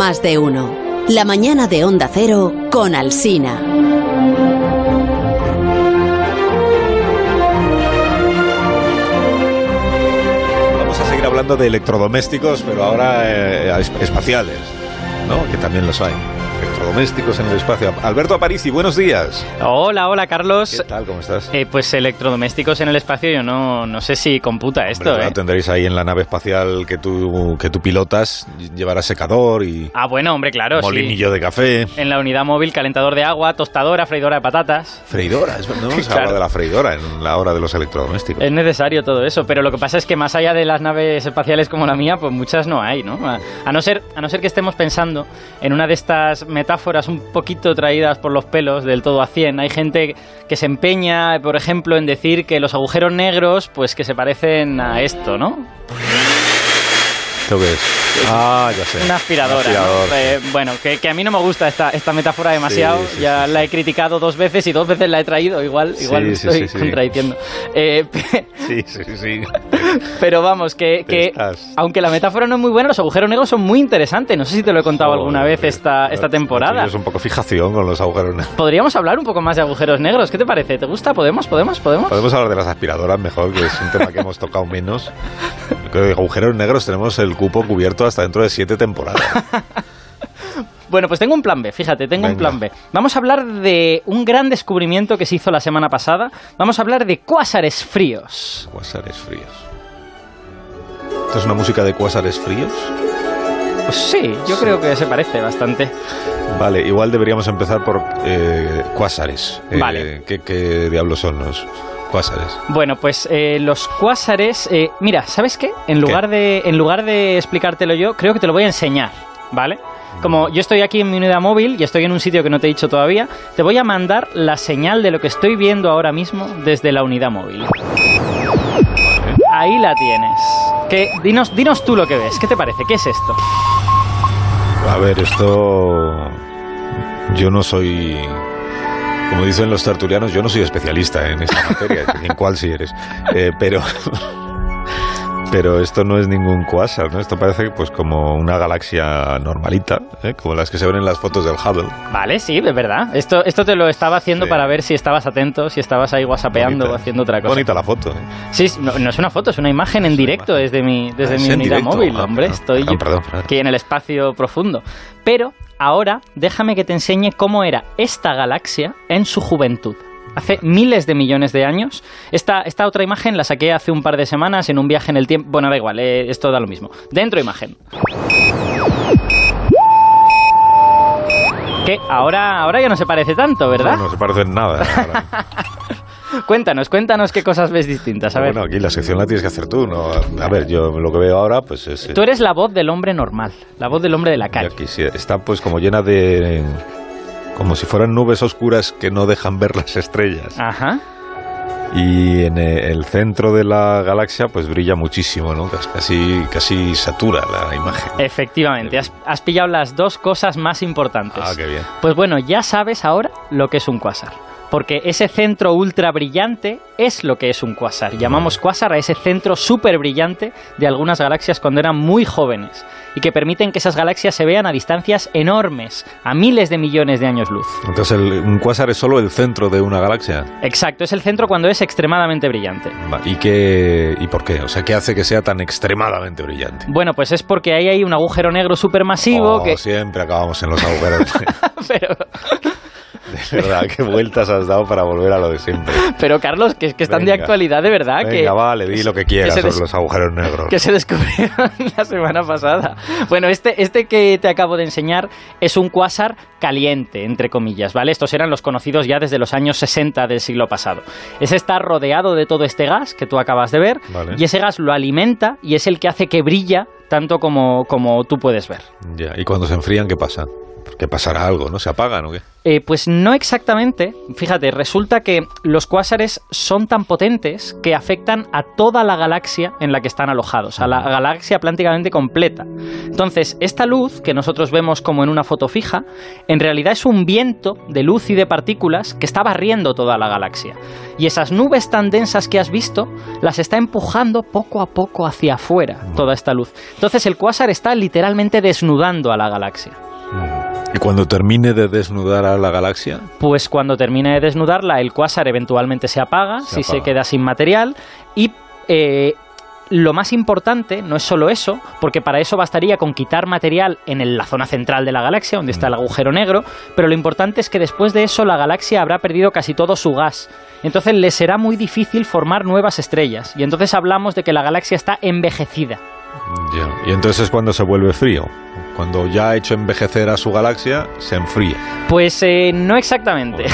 Más de uno. La mañana de Onda Cero con Alsina. Vamos a seguir hablando de electrodomésticos, pero ahora espaciales, ¿no? Que también los hay. Electrodomésticos en el espacio. Alberto Aparici, buenos días. Hola, Carlos. ¿Qué tal? ¿Cómo estás? Pues electrodomésticos en el espacio, yo no sé si computa esto. Hombre, tendréis ahí en la nave espacial que tú pilotas, llevarás secador y... Ah, bueno, hombre, claro, molinillo de café. En la unidad móvil, calentador de agua, tostadora, freidora de patatas. Freidora, no hemos hablado de la freidora en la hora de los electrodomésticos. Es necesario todo eso, pero lo que pasa es que más allá de las naves espaciales como la mía, pues muchas no hay, ¿no? A no ser que estemos pensando en una de estas metáforas un poquito traídas por los pelos del todo a 100. Hay gente que se empeña, por ejemplo, en decir que los agujeros negros, pues que se parecen a esto, ¿no? ¿Esto qué es? Ah, ya sé. Una aspiradora. ¿no? Bueno, que a mí no me gusta esta metáfora demasiado. Sí, ya la he criticado 2 veces y 2 veces la he traído. Igual me estoy contradiciendo. Sí. Pero vamos, que aunque la metáfora no es muy buena, los agujeros negros son muy interesantes. No sé si te lo he contado alguna vez esta temporada. Es un poco fijación con los agujeros negros. Podríamos hablar un poco más de agujeros negros. ¿Qué te parece? ¿Te gusta? ¿Podemos? Podemos hablar de las aspiradoras mejor, que es un tema que hemos tocado menos. Creo que agujeros negros tenemos el cupo cubierto hasta dentro de 7 temporadas. Bueno, pues tengo un plan B, fíjate, un plan B. Vamos a hablar de un gran descubrimiento que se hizo la semana pasada. Vamos a hablar de cuásares fríos. Cuásares fríos. ¿Esto es una música de cuásares fríos? Pues sí, yo creo que se parece bastante. Vale, igual deberíamos empezar por cuásares. Vale. ¿Qué diablos son los cuásares? Bueno, pues los cuásares... mira, ¿sabes qué? En lugar de explicártelo yo, creo que te lo voy a enseñar, ¿vale? Como yo estoy aquí en mi unidad móvil y estoy en un sitio que no te he dicho todavía, te voy a mandar la señal de lo que estoy viendo ahora mismo desde la unidad móvil. Ahí la tienes. Dinos tú lo que ves. ¿Qué te parece? ¿Qué es esto? A ver, esto... Yo no soy... Como dicen los tertulianos, yo no soy especialista en esta materia. ¿En cuál sí eres? Pero esto no es ningún cuásar, ¿no? Esto parece pues como una galaxia normalita, como las que se ven en las fotos del Hubble. Vale, sí, es verdad. Esto te lo estaba haciendo para ver si estabas atento, si estabas ahí whatsappeando o haciendo otra cosa. Bonita la foto. Sí, no es una foto, es una imagen en directo desde mi unidad móvil, hombre. Estoy aquí en el espacio profundo. Pero ahora déjame que te enseñe cómo era esta galaxia en su juventud. Hace miles de millones de años. Esta otra imagen la saqué hace un par de semanas en un viaje en el tiempo. Bueno, da igual, esto da lo mismo. Dentro imagen. Que ahora ya no se parece tanto, ¿verdad? No se parece en nada. Cuéntanos qué cosas ves distintas. A ver. Bueno, aquí la sección la tienes que hacer tú, ¿no? A ver, yo lo que veo ahora, pues es... Tú eres la voz del hombre normal, la voz del hombre de la calle. Y aquí sí, está pues como llena de... Como si fueran nubes oscuras que no dejan ver las estrellas. Ajá. Y en el centro de la galaxia pues brilla muchísimo, ¿no? Casi satura la imagen. Efectivamente, has pillado las 2 cosas más importantes. Ah, qué bien. Pues bueno, ya sabes ahora lo que es un cuásar. Porque ese centro ultra brillante es lo que es un cuásar. Llamamos cuásar a ese centro súper brillante de algunas galaxias cuando eran muy jóvenes y que permiten que esas galaxias se vean a distancias enormes, a miles de millones de años luz. Entonces, un cuásar es solo el centro de una galaxia. Exacto, es el centro cuando es extremadamente brillante. ¿Y por qué? O sea, ¿qué hace que sea tan extremadamente brillante? Bueno, pues es porque ahí hay un agujero negro supermasivo que... Siempre acabamos en los agujeros. Pero... De verdad, qué vueltas has dado para volver a lo de siempre. Pero Carlos, que están de actualidad, de verdad. Venga, vale, di lo que quieras sobre los agujeros negros. Que se descubrieron la semana pasada. Bueno, este que te acabo de enseñar es un cuásar caliente, entre comillas, ¿vale? Estos eran los conocidos ya desde los años 60 del siglo pasado. Ese está rodeado de todo este gas que tú acabas de ver, vale. Y ese gas lo alimenta y es el que hace que brilla tanto como tú puedes ver. Ya, ¿y cuando se enfrían qué pasa? ¿Qué pasará algo, no? ¿Se apagan o qué? Pues no exactamente. Fíjate, resulta que los cuásares son tan potentes que afectan a toda la galaxia en la que están alojados, a la galaxia prácticamente completa. Entonces, esta luz que nosotros vemos como en una foto fija, en realidad es un viento de luz y de partículas que está barriendo toda la galaxia. Y esas nubes tan densas que has visto, las está empujando poco a poco hacia afuera, toda esta luz. Entonces, el cuásar está literalmente desnudando a la galaxia. ¿Y cuando termine de desnudar a la galaxia? Pues cuando termine de desnudarla, el cuásar eventualmente se apaga, se queda sin material y lo más importante no es solo eso, porque para eso bastaría con quitar material en la zona central de la galaxia, donde está el agujero negro, pero lo importante es que después de eso la galaxia habrá perdido casi todo su gas. Entonces le será muy difícil formar nuevas estrellas, y entonces hablamos de que la galaxia está envejecida. Ya. Y entonces es cuando se vuelve frío. Cuando ya ha hecho envejecer a su galaxia, se enfría. Pues no exactamente.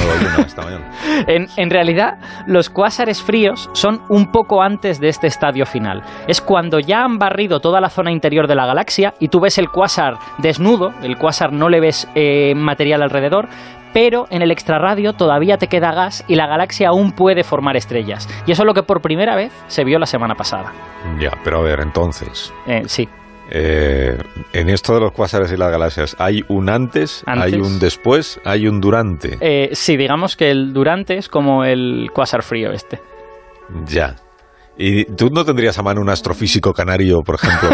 En realidad, los cuásares fríos son un poco antes de este estadio final. Es cuando ya han barrido toda la zona interior de la galaxia y tú ves el cuásar desnudo, el cuásar no le ves material alrededor, pero en el extrarradio todavía te queda gas y la galaxia aún puede formar estrellas. Y eso es lo que por primera vez se vio la semana pasada. Ya, pero a ver, entonces... Sí. En esto de los cuásares y las galaxias, ¿hay un antes, hay un después, hay un durante? Sí, digamos que el durante es como el cuásar frío este. Ya. ¿Y tú no tendrías a mano un astrofísico canario, por ejemplo,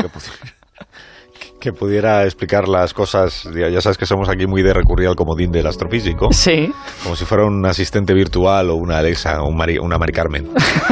que pudiera explicar las cosas? Ya sabes que somos aquí muy de recurrir al comodín del astrofísico. Sí. Como si fuera un asistente virtual o una Alexa o una Mari Carmen.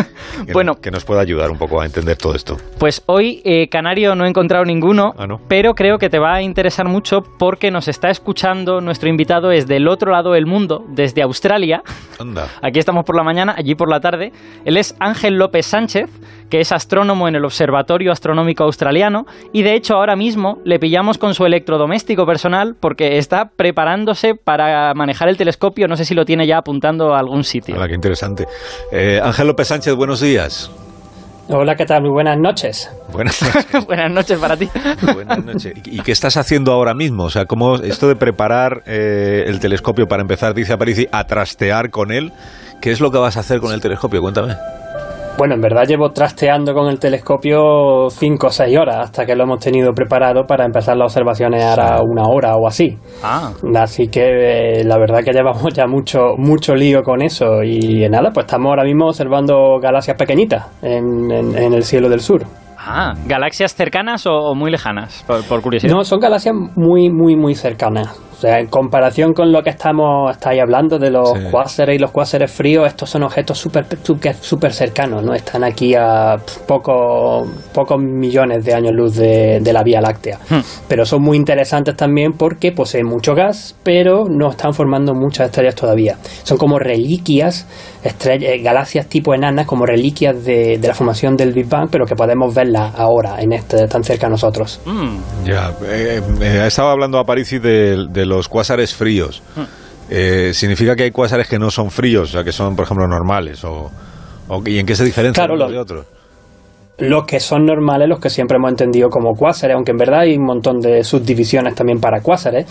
Que nos pueda ayudar un poco a entender todo esto. Pues hoy, canario, no he encontrado ninguno, ¿no? Pero creo que te va a interesar mucho porque nos está escuchando, nuestro invitado es del otro lado del mundo, desde Australia. Anda. Aquí estamos por la mañana, allí por la tarde. Él es Ángel López Sánchez, que es astrónomo en el Observatorio Astronómico Australiano, y de hecho ahora mismo le pillamos con su electrodoméstico personal porque está preparándose para manejar el telescopio. No sé si lo tiene ya apuntando a algún sitio. Hola, qué interesante. Ángel López Sánchez, buenos días. Hola, ¿qué tal? Muy buenas noches. Buenas noches. Buenas noches para ti. Buenas noches. ¿Y qué estás haciendo ahora mismo? O sea, ¿cómo esto de preparar el telescopio para empezar, dice Aparici, a trastear con él? ¿Qué es lo que vas a hacer con el telescopio? Cuéntame. Bueno, en verdad llevo trasteando con el telescopio 5 o 6 horas hasta que lo hemos tenido preparado para empezar las observaciones ahora 1 hora o así. Así que la verdad que llevamos ya mucho lío con eso y nada, pues estamos ahora mismo observando galaxias pequeñitas en el cielo del sur. ¿Galaxias cercanas o muy lejanas? Por curiosidad. No, son galaxias muy cercanas. O sea, en comparación con lo que estáis hablando de los cuásares y los cuásares fríos, estos son objetos súper cercanos, ¿no? Están aquí a pocos millones de años luz de la Vía Láctea. Pero son muy interesantes también porque poseen mucho gas, pero no están formando muchas estrellas todavía. Son como reliquias, galaxias tipo enanas, como reliquias de la formación del Big Bang, pero que podemos verlas ahora, tan cerca a nosotros. Ya, estaba hablando Aparici de los cuásares fríos. ¿Significa que hay cuásares que no son fríos, o sea, que son, por ejemplo, normales? ¿Y en qué se diferencian unos de otros? Los que son normales, los que siempre hemos entendido como cuásares, aunque en verdad hay un montón de subdivisiones también para cuásares,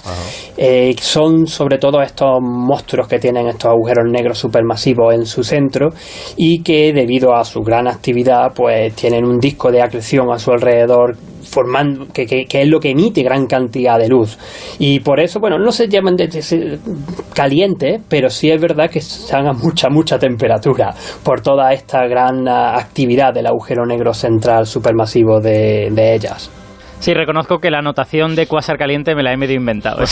son sobre todo estos monstruos que tienen estos agujeros negros supermasivos en su centro y que debido a su gran actividad pues tienen un disco de acreción a su alrededor formando que es lo que emite gran cantidad de luz y por eso, bueno, no se llaman calientes, pero sí es verdad que están a mucha temperatura por toda esta gran actividad del agujero negro central supermasivo de ellas. Sí, reconozco que la notación de cuásar caliente me la he medio inventado.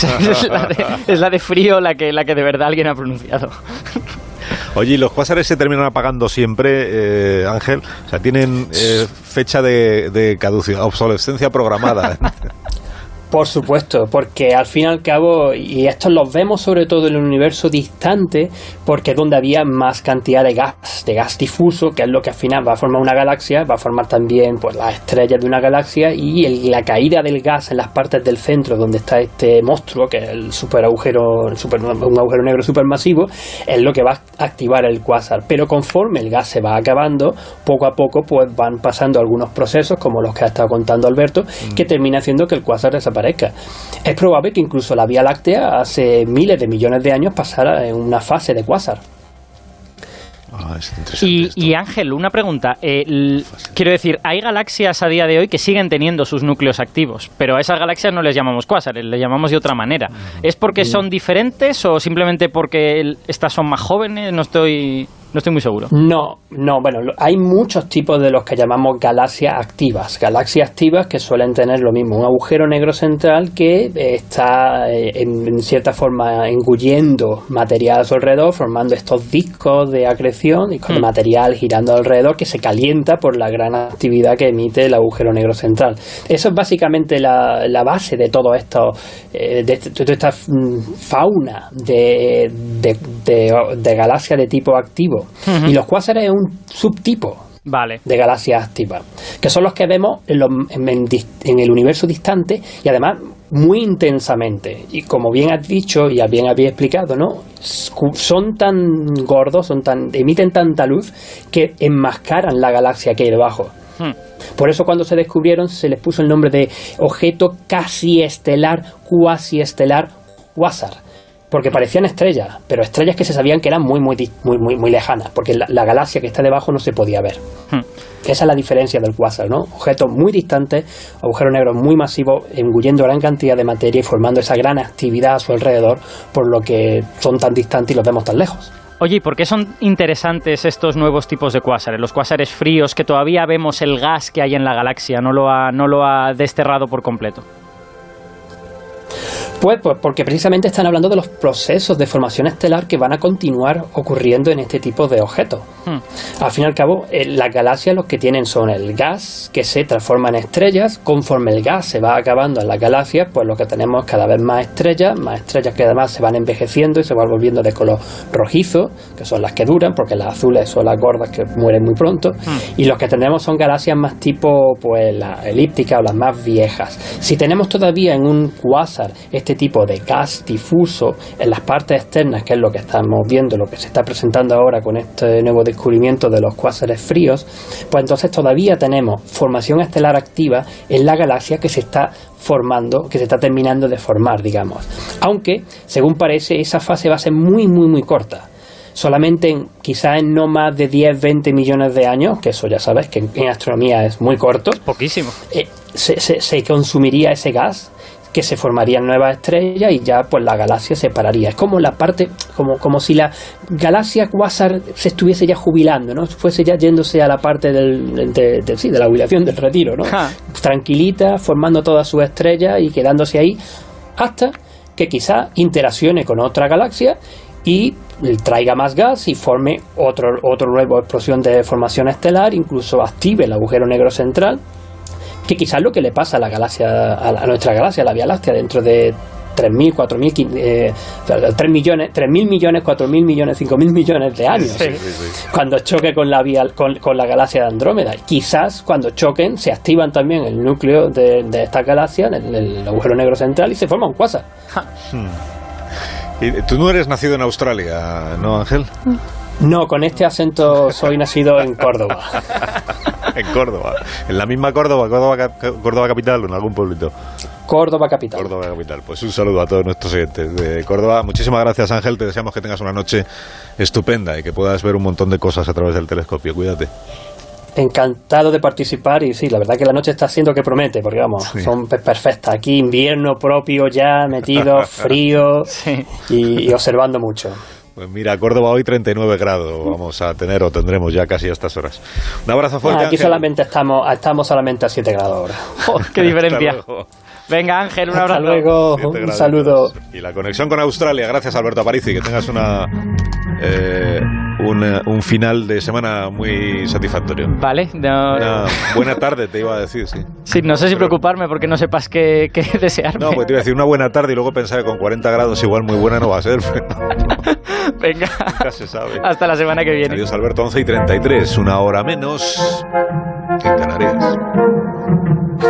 Es la de frío la que de verdad alguien ha pronunciado. Oye, ¿y los cuásares se terminan apagando siempre, Ángel? O sea, ¿tienen fecha de caducidad, obsolescencia programada? Por supuesto, porque al fin y al cabo, y estos los vemos sobre todo en el universo distante, porque es donde había más cantidad de gas difuso, que es lo que al final va a formar una galaxia, va a formar también pues las estrellas de una galaxia, y la caída del gas en las partes del centro donde está este monstruo, que es el un agujero negro supermasivo, es lo que va a activar el cuásar. Pero conforme el gas se va acabando, poco a poco pues van pasando algunos procesos, como los que ha estado contando Alberto, que termina haciendo que el cuásar desaparezca desaparezca. Es probable que incluso la Vía Láctea hace miles de millones de años pasara en una fase de cuásar. Y Ángel, una pregunta. Quiero decir, hay galaxias a día de hoy que siguen teniendo sus núcleos activos, pero a esas galaxias no les llamamos cuásares, les llamamos de otra manera. ¿Es porque son diferentes o simplemente porque estas son más jóvenes? No estoy muy seguro. No, bueno, hay muchos tipos de los que llamamos galaxias activas. Galaxias activas que suelen tener lo mismo, un agujero negro central que está en cierta forma engullendo material a su alrededor, formando estos discos de acreción, discos de material girando alrededor que se calienta por la gran actividad que emite el agujero negro central. Eso es básicamente la base de todo esto, de toda esta fauna de galaxias de tipo activo. Y los cuásares es un subtipo de galaxias activas, que son los que vemos en el universo distante y además muy intensamente. Y como bien has dicho y bien había explicado, ¿no? Son tan gordos, emiten tanta luz que enmascaran la galaxia que hay debajo. Por eso cuando se descubrieron se les puso el nombre de objeto casi estelar, cuasi estelar, cuásar. Porque parecían estrellas, pero estrellas que se sabían que eran muy lejanas, porque la galaxia que está debajo no se podía ver. Esa es la diferencia del cuásar, ¿no? Objetos muy distantes, agujeros negros muy masivos, engullendo gran cantidad de materia y formando esa gran actividad a su alrededor, por lo que son tan distantes y los vemos tan lejos. Oye, ¿y por qué son interesantes estos nuevos tipos de cuásares? Los cuásares fríos, que todavía vemos el gas que hay en la galaxia, no lo ha desterrado por completo. Pues porque precisamente están hablando de los procesos de formación estelar que van a continuar ocurriendo en este tipo de objetos. Al fin y al cabo, las galaxias lo que tienen son el gas que se transforma en estrellas. Conforme el gas se va acabando en las galaxias, pues lo que tenemos es cada vez más estrellas que además se van envejeciendo y se van volviendo de color rojizo, que son las que duran, porque las azules son las gordas que mueren muy pronto. Y los que tenemos son galaxias más tipo pues las elípticas o las más viejas. Si tenemos todavía en un cuásar este tipo de gas difuso en las partes externas, que es lo que estamos viendo, lo que se está presentando ahora con este nuevo descubrimiento de los cuásares fríos, pues entonces todavía tenemos formación estelar activa en la galaxia que se está formando, que se está terminando de formar, digamos. Aunque, según parece, esa fase va a ser muy corta. Solamente quizás en no más de 10-20 millones de años, que eso ya sabes que en astronomía es muy corto. Poquísimo. Se consumiría ese gas, que se formarían nuevas estrellas y ya pues la galaxia se pararía. Es como la parte, como si la galaxia cuásar se estuviese ya jubilando, ¿no? Fuese ya yéndose a la parte de la jubilación, del retiro, ¿no? Tranquilita, formando todas sus estrellas y quedándose ahí hasta que quizá interaccione con otra galaxia y traiga más gas y forme otro nuevo explosión de formación estelar, incluso active el agujero negro central, que quizás es lo que le pasa a la galaxia, a nuestra galaxia, a la Vía Láctea, dentro de 3.000, 4.000, 3.000 millones, 4.000 millones, 5.000 millones de años. Sí. Cuando choque con la galaxia de Andrómeda. Quizás cuando choquen se activan también el núcleo de esta galaxia, el agujero negro central, y se forma un cuásar. ¿Y tú no eres nacido en Australia, no, Ángel? No, con este acento soy nacido en Córdoba. En Córdoba, en la misma Córdoba capital o en algún pueblito. Córdoba capital. Córdoba capital. Pues un saludo a todos nuestros oyentes de Córdoba. Muchísimas gracias, Ángel. Te deseamos que tengas una noche estupenda y que puedas ver un montón de cosas a través del telescopio. Cuídate. Encantado de participar y sí, la verdad que la noche está siendo que promete, porque vamos, son perfectas. Aquí invierno propio ya, metido, frío y observando mucho. Pues mira, Córdoba hoy 39 grados vamos a tener o tendremos ya casi a estas horas. Un abrazo fuerte, aquí Ángel. Solamente estamos solamente a 7 grados ahora. Oh, ¡qué diferencia! Venga, Ángel, un abrazo. Hasta luego, un saludo. Y la conexión con Australia, gracias Alberto Aparici, que tengas un final de semana muy satisfactorio. Vale. Una buena tarde, te iba a decir, sí. Sí, no sé si preocuparme porque no sepas qué desearme. No, pues te iba a decir una buena tarde y luego pensaba que con 40 grados igual muy buena no va a ser. Venga. Nunca se sabe. Hasta la semana que viene. Adiós, Alberto, 11:33, una hora menos en Canarias.